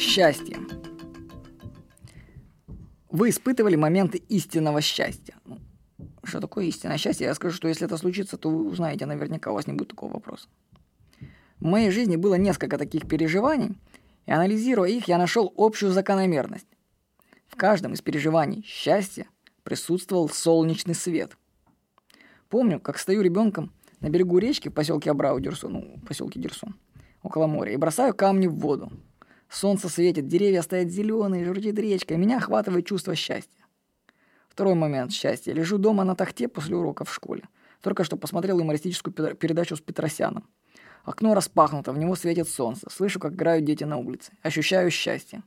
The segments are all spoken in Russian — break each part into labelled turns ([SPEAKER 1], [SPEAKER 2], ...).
[SPEAKER 1] Счастье. Вы испытывали моменты истинного счастья? Что такое истинное счастье? Я скажу, что если это случится, то вы узнаете наверняка, у вас не будет такого вопроса. В моей жизни было несколько таких переживаний, и анализируя их, я нашел общую закономерность. В каждом из переживаний счастья присутствовал солнечный свет. Помню, как стою ребенком на берегу речки в поселке Абрау-Дюрсо, поселке Дюрсо, около моря, и бросаю камни в воду. Солнце светит, деревья стоят зеленые, журчит речка, и меня охватывает чувство счастья. Второй момент счастья. Лежу дома на тахте после урока в школе. Только что посмотрел юмористическую передачу с Петросяном. Окно распахнуто, в него светит солнце. Слышу, как играют дети на улице. Ощущаю счастье.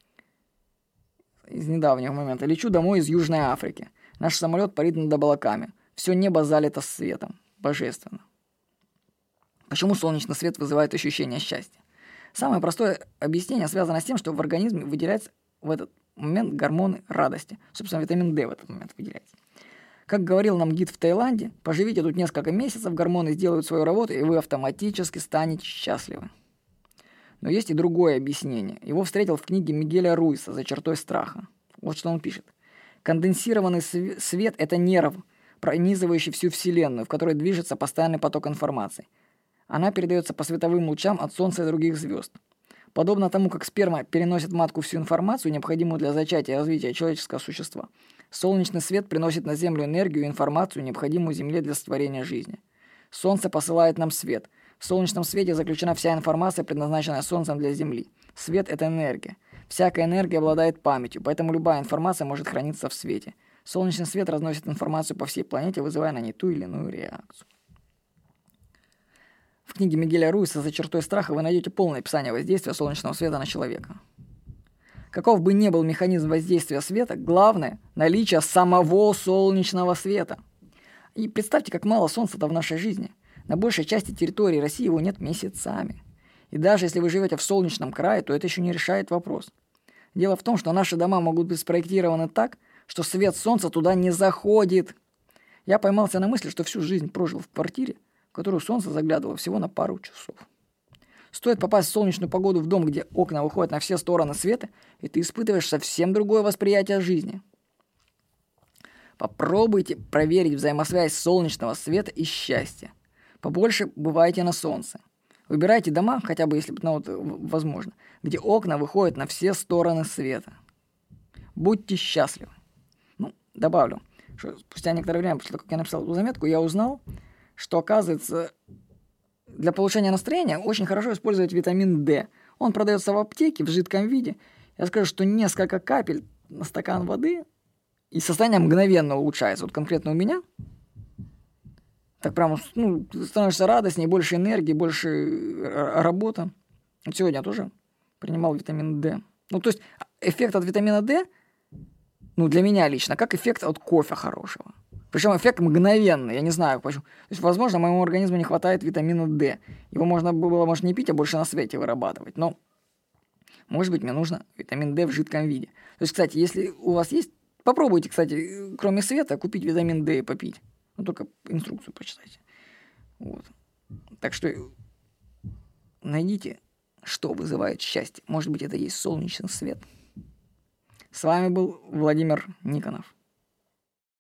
[SPEAKER 1] Из недавнего момента. Лечу домой из Южной Африки. Наш самолет парит над облаками. Все небо залито светом. Божественно. Почему солнечный свет вызывает ощущение счастья? Самое простое объяснение связано с тем, что в организме выделяется в этот момент гормоны радости. Собственно, витамин D в этот момент выделяется. Как говорил нам гид в Таиланде, поживите тут несколько месяцев, гормоны сделают свою работу, и вы автоматически станете счастливы. Но есть и другое объяснение. Его встретил в книге Мигеля Руиса «За чертой страха». Вот что он пишет. Конденсированный свет – это нерв, пронизывающий всю Вселенную, в которой движется постоянный поток информации. Она передается по световым лучам от Солнца и других звезд. Подобно тому, как сперма переносит в матку всю информацию, необходимую для зачатия и развития человеческого существа, солнечный свет приносит на Землю энергию и информацию, необходимую Земле для сотворения жизни. Солнце посылает нам свет. В солнечном свете заключена вся информация, предназначенная Солнцем для Земли. Свет – это энергия. Всякая энергия обладает памятью, поэтому любая информация может храниться в свете. Солнечный свет разносит информацию по всей планете, вызывая на ней ту или иную реакцию. В книге Мигеля Руиса «За чертой страха» вы найдете полное описание воздействия солнечного света на человека. Каков бы ни был механизм воздействия света, главное – наличие самого солнечного света. И представьте, как мало солнца-то в нашей жизни. На большей части территории России его нет месяцами. И даже если вы живете в солнечном крае, то это еще не решает вопрос. Дело в том, что наши дома могут быть спроектированы так, что свет солнца туда не заходит. Я поймался на мысли, что всю жизнь прожил в квартире, в которую солнце заглядывало всего на пару часов. Стоит попасть в солнечную погоду в дом, где окна выходят на все стороны света, и ты испытываешь совсем другое восприятие жизни. Попробуйте проверить взаимосвязь солнечного света и счастья. Побольше бывайте на солнце. Выбирайте дома, хотя бы если возможно, где окна выходят на все стороны света. Будьте счастливы. Добавлю, что спустя некоторое время, после того, как я написал эту заметку, я узнал, что, оказывается, для повышения настроения очень хорошо использовать витамин D. Он продается в аптеке в жидком виде. Я скажу, что несколько капель на стакан воды, и состояние мгновенно улучшается. Вот конкретно у меня. Так прямо, становишься радостнее, больше энергии, больше работы. Вот сегодня я тоже принимал витамин D. То есть эффект от витамина D, для меня лично, как эффект от кофе хорошего. Причем эффект мгновенный, я не знаю почему. То есть, возможно, моему организму не хватает витамина D. Его можно было, может, не пить, а больше на свете вырабатывать. Но, может быть, мне нужно витамин D в жидком виде. То есть, кстати, если у вас есть, попробуйте, кстати, кроме света, купить витамин D и попить. Только инструкцию почитайте. Вот. Так что найдите, что вызывает счастье. Может быть, это есть солнечный свет. С вами был Владимир Никонов.